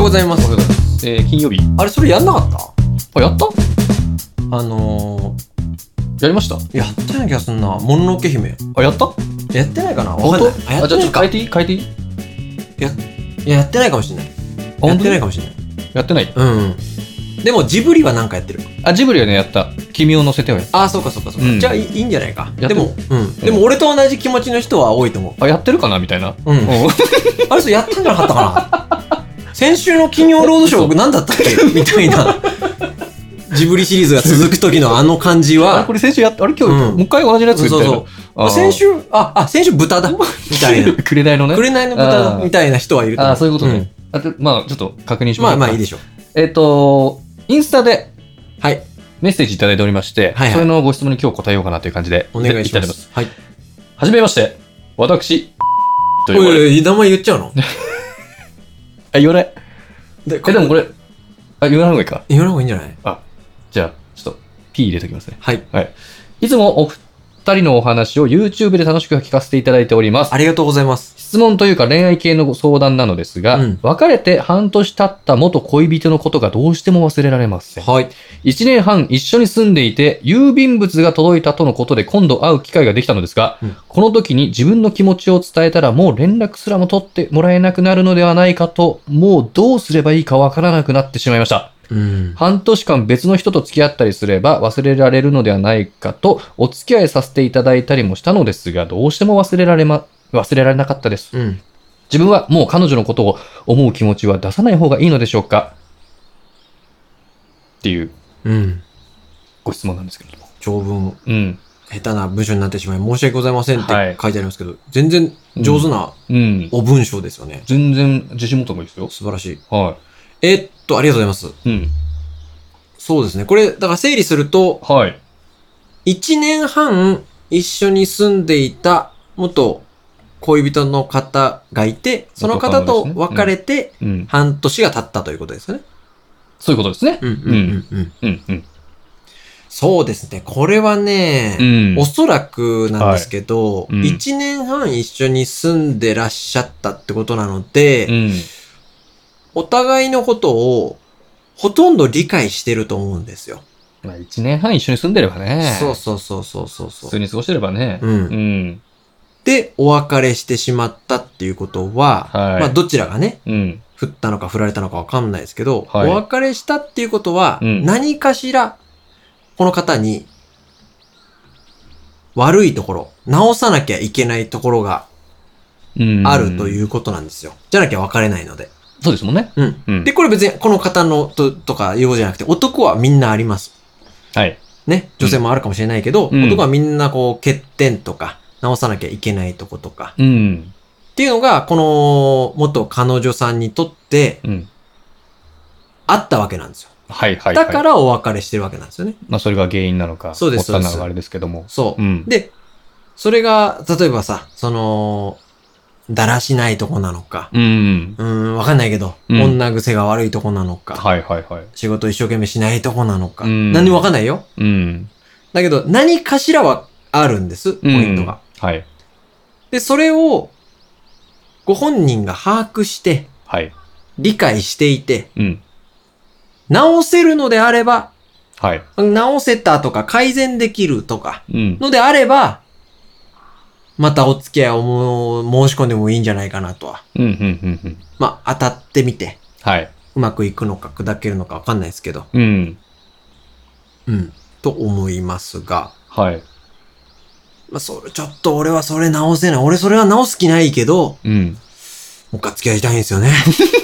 ございます。 おはようございます。金曜日。 あれ、それやんなかった？ あ、やった？やりました？ やってない気がすんな。もののけ姫。 あ、やった？ やってないかな？ 本当？ あ、やってないか。 変えていい？変えていい？ いや、やってないかもしれない。やってないかもしれない。 やってない？ うん。でも、ジブリはなんかやってる。 あ、ジブリはね、やった。君を乗せてはやった。 あ、そうか。じゃあいいんじゃないか。でも、でも俺と同じ気持ちの人は多いと思う。 あ、やってるかなみたいな。 あれ、それやったんじゃなかったかな。先週の金曜ロードショー何だったっけみたいな。ジブリシリーズが続く時のあの感じは。 これ先週やった。あれ今日、もう一回同じやつみたいな。 そう。先週豚だ。みたいな。 紅のね。 紅の豚だ。みたいな人はいると思う。 あ、そういうことね。あと、まあ、ちょっと確認します。 まあいいでしょう。インスタで、 はい。 メッセージいただいておりまして、それのご質問に今日答えようかなという感じで。 お願いします。はい。 はじめまして、私、 おい、名前言っちゃうの？ あ、言わない。でもこれ、あ、言わない方がいいか。 言わない方がいいんじゃない？ あ、じゃあ、ちょっと、P 入れときますね。 はい。 はい。いつもお二人のお話を YouTube で楽しく聞かせていただいております。 ありがとうございます。 質問というか恋愛系の相談なのですが、別れて半年経った元恋人のことがどうしても忘れられません。 はい。 1年半一緒に住んでいて、郵便物が届いたとのことで今度会う機会ができたのですが、この時に自分の気持ちを伝えたらもう連絡すらも取ってもらえなくなるのではないかと、もうどうすればいいかわからなくなってしまいました。半年間別の人と付き合ったりすれば忘れられるのではないかとお付き合いさせていただいたりもしたのですが、どうしても忘れられなかったです。自分はもう彼女のことを思う気持ちは出さない方がいいのでしょうかっていうご質問なんですけれども。 長文。下手な文章になってしまい申し訳ございませんって書いてありますけど、全然上手なお文章ですよね。 全然自信持った方がいいですよ。 素晴らしい。 はい。 ありがとうございます。そうですね。これ、だから整理すると、1年半一緒に住んでいた元恋人の方がいて、その方と別れて半年が経ったということですよね。 そういうことですね。 そうですね。これはね、おそらくなんですけど、1年半一緒に住んでらっしゃったってことなので、お互いのことをほとんど理解してると思うんですよ。 まあ1年半一緒に住んでればね。 そう。 普通に過ごしてればね。 で、お別れしてしまったっていうことは、まあどちらがね、振ったのか振られたのかわかんないですけど、お別れしたっていうことは、何かしら、この方に、悪いところ、直さなきゃいけないところがあるということなんですよ。じゃなきゃ別れないので。 そうですもんね。 で、これ別にこの方のとか用じゃなくて、男はみんなあります。 はい。 ね。女性もあるかもしれないけど、男はみんなこう欠点とか、直さなきゃいけないとことか。っていうのが、この元彼女さんにとって、あったわけなんですよ。だからお別れしてるわけなんですよね。 まあそれが原因なのか、 そうです。 発端なのかあれですけども。 そう。で、それが、例えばさ、だらしないとこなのか。わかんないけど、女癖が悪いとこなのか。仕事一生懸命しないとこなのか。何にもわかんないよ。だけど、何かしらはあるんです、ポイントが。で、それを、ご本人が把握して、理解していて、直せるのであれば、直せたとか改善できるとか、のであれば、またお付き合いを申し込んでもいいんじゃないかなとは。まあ、当たってみて、うまくいくのか砕けるのかわかんないですけど、と思いますが、まあ、ちょっと俺はそれ直せない。俺それは直す気ないけど、もう一回付き合いたいんですよね。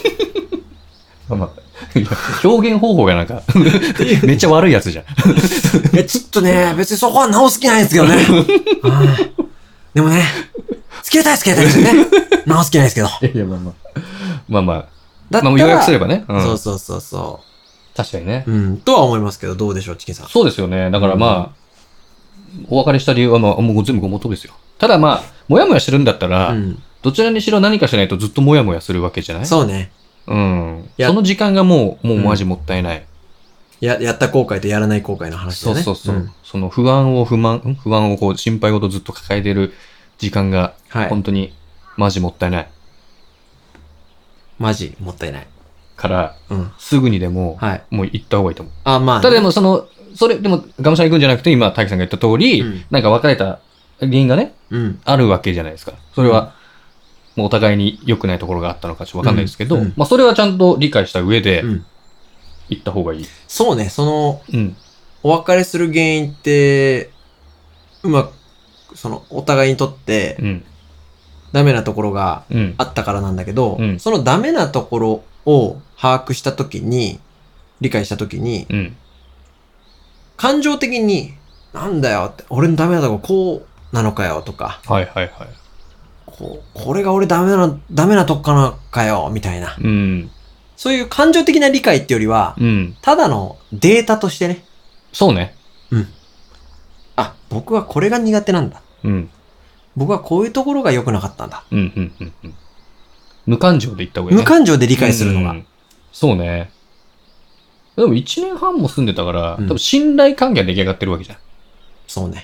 表現方法がなんか、めっちゃ悪いやつじゃん。 ちょっとね、別にそこは直す気ないんですけどね。でもね、付き合いたいですよね。直す気ないですけど。 まあ、予約すればね。 そう。 確かにね。 とは思いますけど、どうでしょう、チキンさん。 そうですよね。だからまあ、お別れした理由はもう全部ごもっともですよ。ただまあ、もやもやしてるんだったら、どちらにしろ何かしないとずっともやもやするわけじゃない？ そうね。 その時間がもうマジもったいない。 やった後悔とやらない後悔の話だね。 そう。その不安をこう心配事ずっと抱えてる時間が、本当にマジもったいない。 マジもったいない。 から、すぐにでも、もう行った方がいいと思う。 あ、まあ、ね。 ただでもでも、がむしゃらに行くんじゃなくて、今、大樹さんが言った通り、なんか別れた原因がね、あるわけじゃないですか。それは、もうお互いに良くないところがあったのかちょっとわかんないですけど、まあそれはちゃんと理解した上で、行った方がいい。 そうね、お別れする原因って、お互いにとって、ダメなところがあったからなんだけど、そのダメなところを把握したときに、理解したときに、感情的に、なんだよって、俺のダメなとここうなのかよとか、これが俺ダメなとこかよ、みたいな。そういう感情的な理解ってよりは、ただのデータとしてね。 そうね。 あ、僕はこれが苦手なんだ。僕はこういうところが良くなかったんだ。 無感情で言った方がいいね。 無感情で理解するのが。 そうね。でも1年半も住んでたから、多分信頼関係が出来上がってるわけじゃん。 そうね。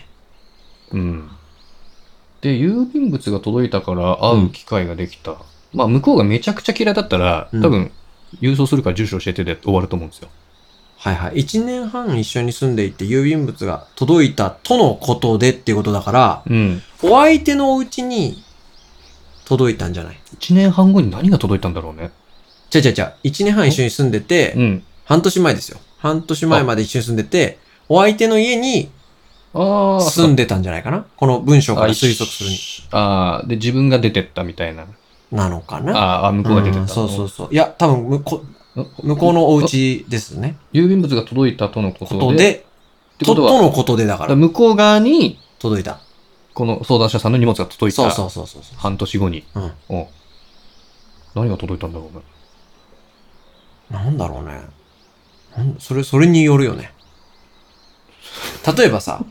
で、郵便物が届いたから会う機会ができた。まあ、向こうがめちゃくちゃ嫌いだったら、多分、郵送するから住所教えてで終わると思うんですよ。 はいはい。1年半一緒に住んでいて郵便物が届いたとのことでっていうことだから、お相手のお家に届いたんじゃない？ 1 年半後に何が届いたんだろうね。 1年半一緒に住んでて、半年前ですよ。半年前まで一緒に住んでて、お相手の家に住んでたんじゃないかな？この文章から推測するに。 で、自分が出てったみたいな。 なのかな？ 向こうが出てった。 そう。いや、多分向こうのお家ですね。 郵便物が届いたとのことで。 とのことでだから。 向こう側に届いた。 この相談者さんの荷物が届いた。 そう。 半年後に。何が届いたんだろうね。 なんだろうね。それによるよね。例えばさ、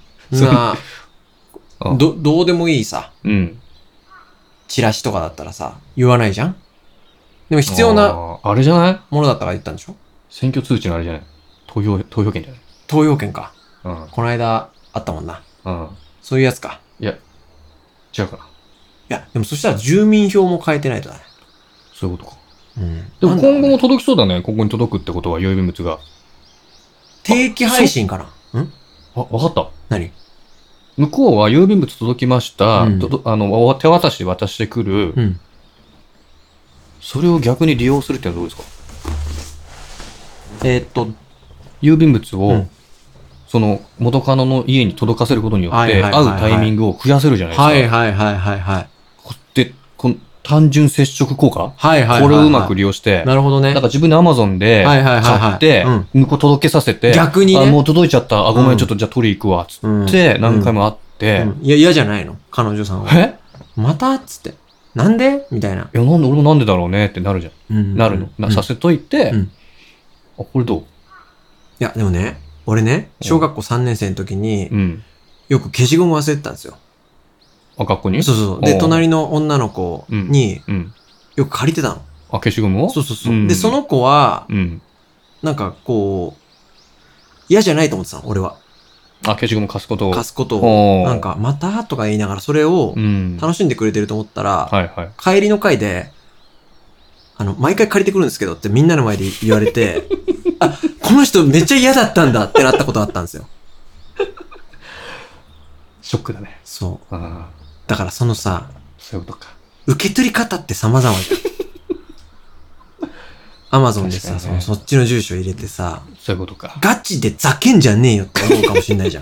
どうでもいいさ、チラシとかだったらさ、言わないじゃん？でも必要な、 あれじゃないものだったから言ったんでしょ？ 選挙通知のあれじゃない？投票券じゃない？ 投票券か。この間あったもんな。そういうやつか。 いや、違うかな。いや、でもそしたら住民票も変えてないとだね。 そういうことか。でも今後も届きそうだね。ここに届くってことは郵便物が。 定期配信かな？ わかった。 何？ 向こうは郵便物届きました。手渡しで渡してくる。それを逆に利用するってのはどうですか？郵便物を、その元カノの家に届かせることによって、会うタイミングを増やせるじゃないですか。 はい。 で、この単純接触効果？ これをうまく利用して、 なるほどね。 なんか自分で Amazon で買って、向こう届けさせて、 逆にね。 もう届いちゃった。ごめん、ちょっとじゃあ取り行くわ。つって、何回も会って。 いや、嫌じゃないの？彼女さんは。また？つって。なんで？みたいな。 いや、俺もなんでだろうねってなるじゃん。なるの。させといて、これどう？ いや、でもね、俺ね、小学校3年生の時に、よく消しゴム忘れてたんですよ。 学校に？ そう。で、隣の女の子に、よく借りてたの。 消しゴムを？ そう。で、その子は、なんかこう、嫌じゃないと思ってたの、俺は。 消しゴム貸すことを。なんか、またとか言いながら、それを楽しんでくれてると思ったら、帰りの会で、毎回借りてくるんですけどってみんなの前で言われて、あ、この人めっちゃ嫌だったんだってなったことがあったんですよ。 ショックだね。 そう。だからそのさ、 そういうことか。 受け取り方って様々じゃん。Amazon でさ、そっちの住所入れてさ、 そういうことか。 ガチでざけんじゃねえよって思うかもしんないじゃん。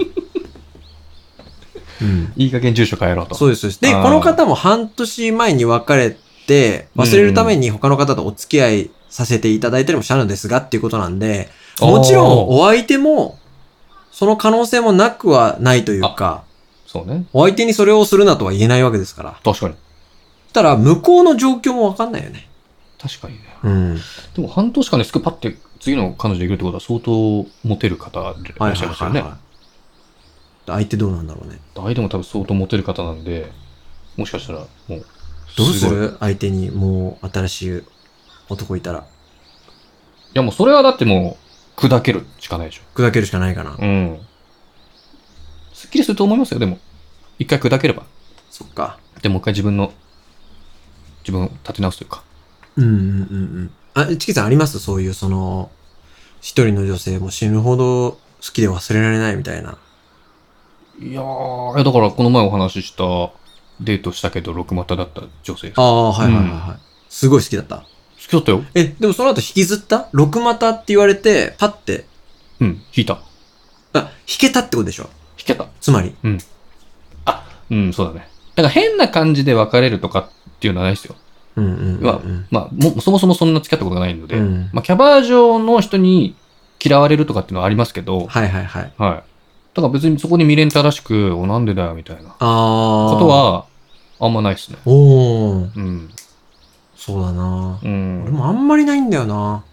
いい加減住所変えろと。 そうです。で、この方も半年前に別れて、忘れるために他の方とお付き合いさせていただいたりもしたのですがっていうことなんで、もちろんお相手も、その可能性もなくはないというか、 そうね。 お相手にそれをするなとは言えないわけですから。 確かに。 たら、向こうの状況もわかんないよね。 確かにね。でも半年間ですぐパッて次の彼女できるってことは相当モテる方でいらっしゃいますよね。 相手どうなんだろうね。 相手も多分相当モテる方なんで、もしかしたらもう。 どうする？相手にもう新しい男いたら。いやもうそれはだってもう砕けるしかないでしょ。 砕けるしかないかな。 すっきりすると思いますよ、でも。一回砕ければ。 そっか。 でもう一回自分を立て直すというか。 チキさんありますそういう、一人の女性も死ぬほど好きで忘れられないみたいな。 いやー、だからこの前お話ししたデートしたけど、六股だった女性です。 ああ、はいはいはいはい。すごい好きだった。好きだったよ。 でもその後引きずった六股って言われて、パッて。 引いた。 弾けたってことでしょ弾けた。 つまり。 そうだね。だから変な感じで別れるとかっていうのはないですよ。そもそもそんな付き合ったことがないので、キャバ嬢の人に嫌われるとかっていうのはありますけど、 はいはいはい。 はい。だから別にそこに未練たらしく、なんでだよみたいなことはあんまないですね。 そうだな。俺もあんまりないんだよな。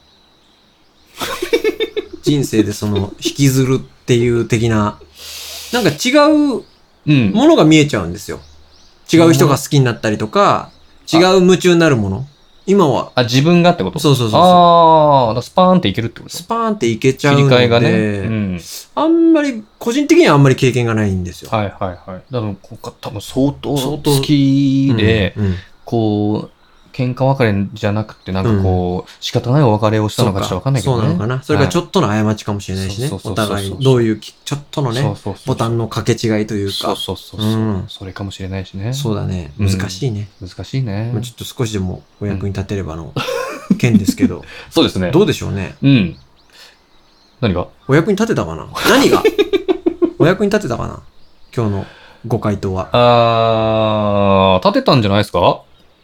人生で引きずるっていう的な、なんか違うものが見えちゃうんですよ。違う人が好きになったりとか、違う夢中になるもの。今は。 自分がってこと？ そうそうそう。 スパーンっていけるってこと？ スパーンっていけちゃうので、切り替えがね。あんまり、個人的にはあんまり経験がないんですよ。 はいはいはい。だから多分相当好きで、喧嘩別れじゃなくて、仕方ないお別れをしたのかちょっとわかんないけどね。 そうなのかな。それがちょっとの過ちかもしれないしね。お互い、どういう、ちょっとのね、ボタンの掛け違いというか。 それかもしれないしね。 そうだね。難しいね。 難しいね。 ちょっと少しでもお役に立てればの件ですけど。 そうですね。 どうでしょうね。 何が？ お役に立てたかな？何がお役に立てたかな？今日のご回答は。 立てたんじゃないですか？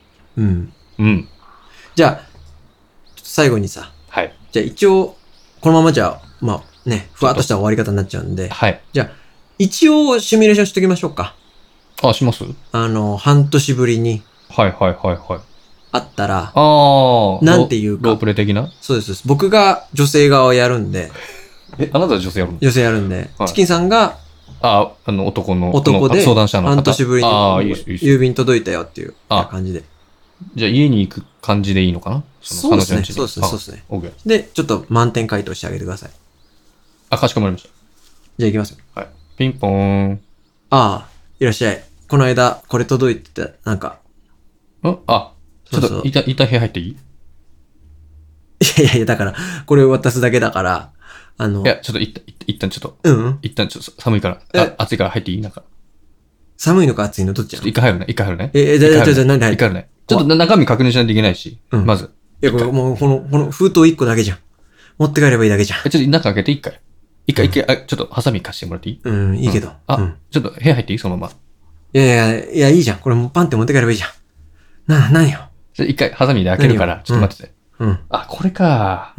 じゃあ、最後にさ。 はい。 じゃあ一応、このままじゃ、ふわっとした終わり方になっちゃうんで。 はい。 じゃあ、一応シミュレーションしときましょうか。 します？ 半年ぶりに。 はい。会ったら。 なんていうか。ロープレ的な？ そうです。僕が女性側をやるんで。 あなたは女性やるの？ 女性やるんで。チキンさんが、 男で、 相談者の方。半年ぶりに郵便届いたよっていう感じで。 じゃあ家に行く感じでいいのかな？ そうですね。そうですね。で、ちょっと満点回答してあげてください。 かしこまりました。 じゃあ行きますよ。 はい。ピンポーン。 いらっしゃい。この間、これ届いてた、なんか。 ちょっと、一旦部屋入っていい？ いや、だから、これを渡すだけだから、 いや、ちょっと一旦ちょっと。一旦ちょっと寒いから、暑いから入っていい？なんか。 寒いのか暑いのどっちなの？ 一回入るね。 じゃあ、なんで入る？ 一回入るね。ちょっと中身確認しないといけないし、まず。 いや、この封筒1個だけじゃん。持って帰ればいいだけじゃん。 ちょっと中開けて一回。ちょっとハサミ貸してもらっていい？ いいけど。 ちょっと部屋入っていい？そのまま。 いや、いいじゃん。これもうパンって持って帰ればいいじゃん。何よ。 一回ハサミで開けるから、ちょっと待ってて。これか。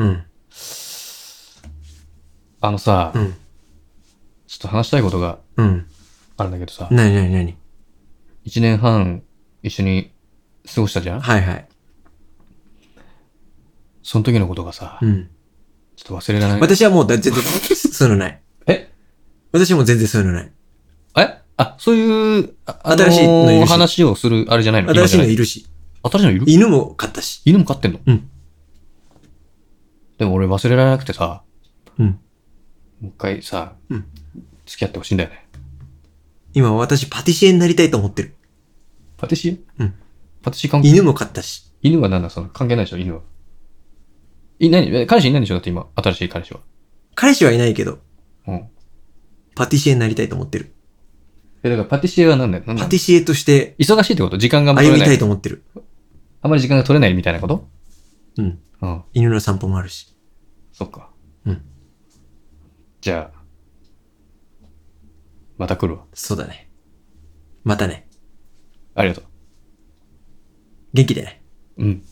さ、ちょっと話したいことがあるんだけどさ。 何 1年半一緒に過ごしたじゃん？ はいはい。 その時のことがさ、ちょっと忘れられない。 私はもう全然そういうのない。私はもう全然そういうのない。 そういう、 新しいのいるし。 話をするあれじゃないの？ 新しいのいるし。 新しいのいる？ 犬も飼ったし。 犬も飼ってんの？でも俺忘れられなくてさ、もう一回さ、付き合ってほしいんだよね。 今私パティシエになりたいと思ってる。 パティシエ？パティシエ関係？犬も飼ったし。 犬はなんだ関係ないでしょ、犬は。彼氏いないんでしょだって今、新しい彼氏は。 彼氏はいないけど。パティシエになりたいと思ってる。 だからパティシエはなんだよ。 パティシエとして。 忙しいってこと？時間が取れない。 歩みたいと思ってる。 あまり時間が取れないみたいなこと？ 犬の散歩もあるし。 そっか。じゃあ、また来るわ。 そうだね。またね。 ありがとう。 元気でね。 うん。